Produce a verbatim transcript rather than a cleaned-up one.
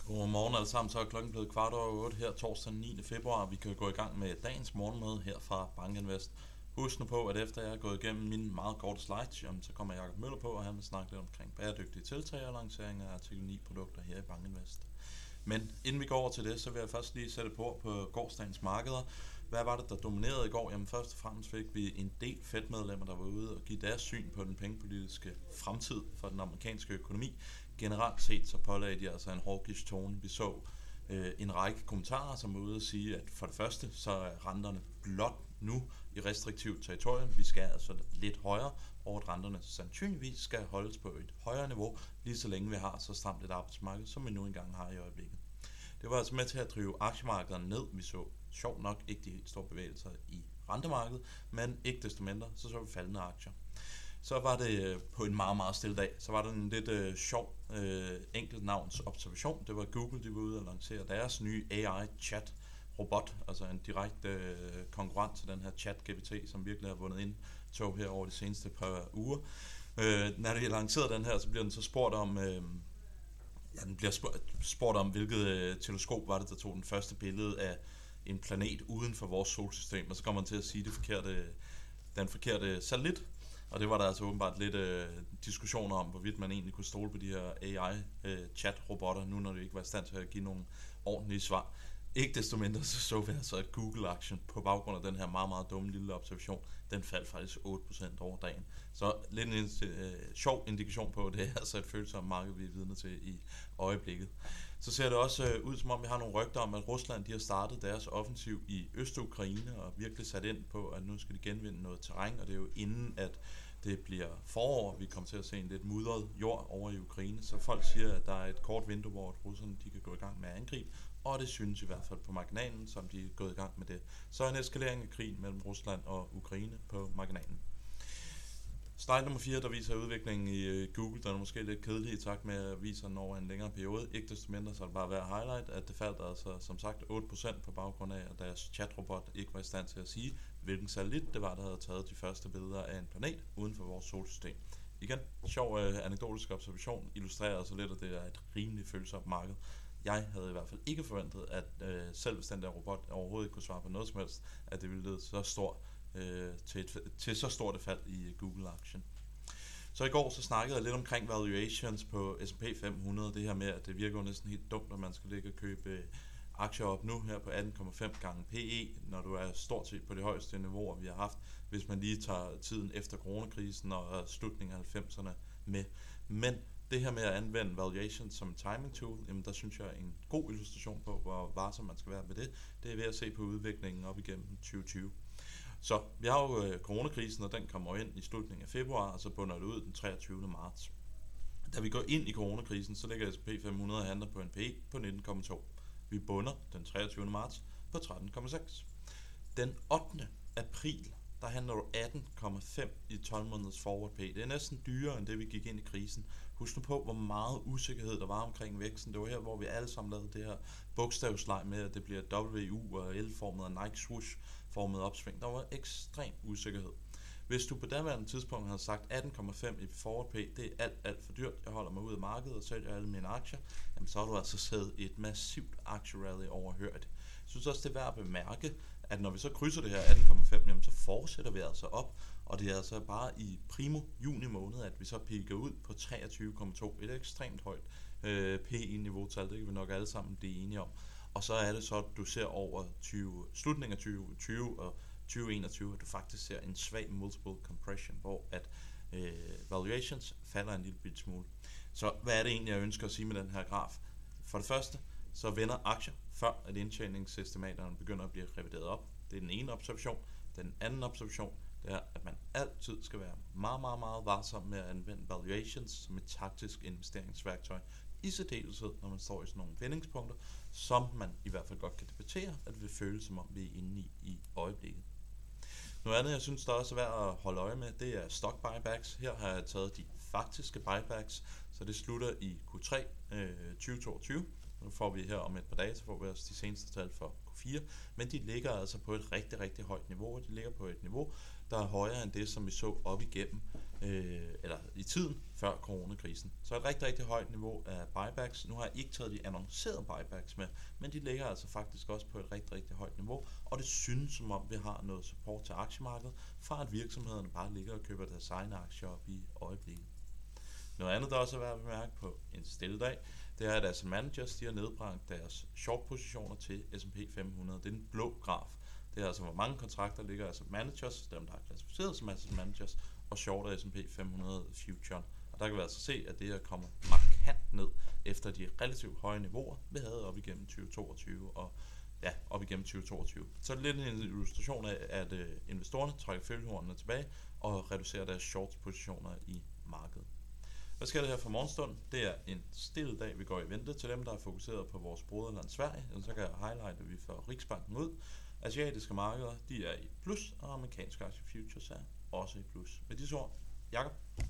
Godmorgen alle sammen, så er klokken blevet kvart over otte her torsdag den niende februar. Vi kan gå i gang med dagens morgenmøde her fra BankInvest. Husk nu på, at efter jeg er gået igennem mine meget korte slides, jamen, så kommer Jakob Møller på, og han vil snakke lidt omkring bæredygtige tiltag og lancering af artikel ni produkter her i BankInvest. Men inden vi går over til det, så vil jeg først lige sætte på på gårsdagens markeder. Hvad var det, der dominerede i går? Jamen først og fremmest fik vi en del Fed-medlemmer, der var ude og give deres syn på den pengepolitiske fremtid for den amerikanske økonomi. Generelt set så pålagde de altså en hawkish tone. Vi så øh, en række kommentarer, som var ude at sige, at for det første så er renterne blot nu i restriktivt territorium. Vi skal altså lidt højere, og at renterne sandsynligvis skal holdes på et højere niveau, lige så længe vi har så stramt et arbejdsmarked, som vi nu engang har i øjeblikket. Det var altså med til at drive aktiemarkederne ned. Vi så sjovt nok ikke de helt store bevægelser i rentemarkedet, men ikke desto mindre, så så vi faldende aktier. Så var det på en meget, meget stille dag, så var der en lidt øh, sjov øh, enkelt navns observation. Det var Google, de var ude og lancere deres nye A I-chat robot, altså en direkte øh, konkurrent til den her chat-G P T, som virkelig har vundet ind tog her over de seneste par uger. Øh, når de lancerede den her, så bliver den så spurgt om, øh, ja, den bliver spurgt, spurgt om, hvilket øh, teleskop var det, der tog den første billede af en planet uden for vores solsystem, og så kommer man til at sige det forkerte, den forkerte satellit. Og det var der altså åbenbart lidt øh, diskussioner om, hvorvidt man egentlig kunne stole på de her A I-chat-robotter, nu når de ikke var i stand til at give nogle ordentlige svar. Ikke desto mindre så så vi altså, at Google-aktien på baggrund af den her meget, meget dumme lille observation, den faldt faktisk otte procent over dagen. Så lidt en øh, sjov indikation på, at det er altså et følsomt marked, vi er vidne til i øjeblikket. Så ser det også øh, ud, som om vi har nogle rygter om, at Rusland de har startet deres offensiv i Øst-Ukraine og virkelig sat ind på, at nu skal de genvinde noget terræn, og det er jo inden, at det bliver forår, vi kommer til at se en lidt mudret jord over i Ukraine, så folk siger, at der er et kort vindue, hvor russerne de kan gå i gang med at angribe, og det synes i hvert fald på marginalen, som de er gået i gang med det. Så en eskalering af krigen mellem Rusland og Ukraine på marginalen. Slide nummer fire, der viser udviklingen i Google, der er måske lidt kedelig i takt med at vise den over en længere periode. Ikke desto mindre, så er det bare værd at highlight, at det faldt altså som sagt otte procent på baggrund af, at deres chatrobot ikke var i stand til at sige, hvilken satellit det var, der havde taget de første billeder af en planet uden for vores solsystem. Igen, sjov øh, anekdotisk observation illustrerer altså lidt, at det er et rimelig følsomt marked. Jeg havde i hvert fald ikke forventet, at øh, selv hvis den der robot overhovedet ikke kunne svare på noget som helst, at det ville lede så stor, øh, til, et, til så stort et fald i Google-aktien. Så i går så snakkede jeg lidt omkring valuations på S and P fem hundrede, det her med, at det virker jo næsten helt dumt, at man skal ligge og købe øh, aktier op nu her på atten komma fem gange P E, når du er stort set på de højeste niveauer, vi har haft, hvis man lige tager tiden efter coronakrisen og slutningen af halvfemserne med. Men det her med at anvende valuation som timing tool, jamen der synes jeg er en god illustration på, hvor varsom man skal være med det. Det er ved at se på udviklingen op igennem tyve tyve. Så vi har jo øh, coronakrisen, og den kommer ind i slutningen af februar, og så bunder det ud den treogtyvende marts. Da vi går ind i coronakrisen, så ligger S and P fem hundrede handler på en P E på nitten komma to. Vi bunder den treogtyvende marts på tretten komma seks. Den ottende april, der handler du atten komma fem i tolv måneders forward P. Det er næsten dyrere end det, vi gik ind i krisen. Husk nu på, hvor meget usikkerhed der var omkring væksten. Det var her, hvor vi alle sammen lavede det her bogstavsleg med, at det bliver W U og L-formet og Nike Swoosh-formet opsving. Der var ekstrem usikkerhed. Hvis du på daværende tidspunkt havde sagt atten komma fem i forward P, det er alt, alt for dyrt, jeg holder mig ud af markedet og sælger alle mine aktier, jamen så har du altså siddet et massivt aktierally overhørt. Jeg synes også, det er værd at bemærke, at når vi så krydser det her atten komma fem, jamen så fortsætter vi altså op, og det er altså bare i primo juni måned, at vi så piker ud på treogtyve komma to, et ekstremt højt øh, P E-niveautal, det kan vi nok alle sammen blive enige om. Og så er det så, at du ser over tyve, slutningen af tyve tyve og tyve enogtyve, at du faktisk ser en svag multiple compression, hvor at øh, valuations falder en lille bit smule. Så hvad er det egentlig, jeg ønsker at sige med den her graf? For det første, så vender aktier, før at indtjeningsestimaterne begynder at blive revideret op. Det er den ene observation. Den anden observation, det er, at man altid skal være meget, meget, meget varsom med at anvende valuations som et taktisk investeringsværktøj. I særdeleshed, når man står i sådan nogle vendingspunkter, som man i hvert fald godt kan debattere, at det vil føles som om vi er inde i, i øjeblikket. Noget andet, jeg synes, der også er værd at holde øje med, det er stock buybacks. Her har jeg taget de faktiske buybacks, så det slutter i Q tre øh, tyve toogtyve. Nu får vi her om et par dage, så får vi også de seneste tal for Q fire, men de ligger altså på et rigtig, rigtig højt niveau, og de ligger på et niveau, der er højere end det, som vi så op igennem, øh, eller i tiden før coronakrisen. Så et rigtig, rigtig højt niveau af buybacks. Nu har jeg ikke taget de annoncerede buybacks med, men de ligger altså faktisk også på et rigtig, rigtig højt niveau, og det synes som om, vi har noget support til aktiemarkedet, fra at virksomhederne bare ligger og køber deres egne aktier op i øjeblikket. Noget andet, der også er værd at bemærke på en stille dag, det er, at asset managers de har nedbragt deres short-positioner til S and P fem hundrede. Det er den blå graf. Det er altså, hvor mange kontrakter ligger asset managers, dem der er klassificeret som asset managers, og short S and P fem hundrede future. Og der kan vi altså se, at det her kommer markant ned efter de relativt høje niveauer, vi havde op igennem tyve toogtyve og ja, op igennem tyve toogtyve. Så det er lidt en illustration af, at uh, investorerne trækker følehornene tilbage og reducerer deres short-positioner i markedet. Hvad sker der her for morgenstund? Det er en stille dag, vi går i vente til dem, der er fokuseret på vores broderland Sverige. Så kan jeg highlighte, at vi får Riksbanken ud. Asiatiske markeder, de er i plus, og amerikanske aktiefutures er også i plus. Med disse ord, Jakob.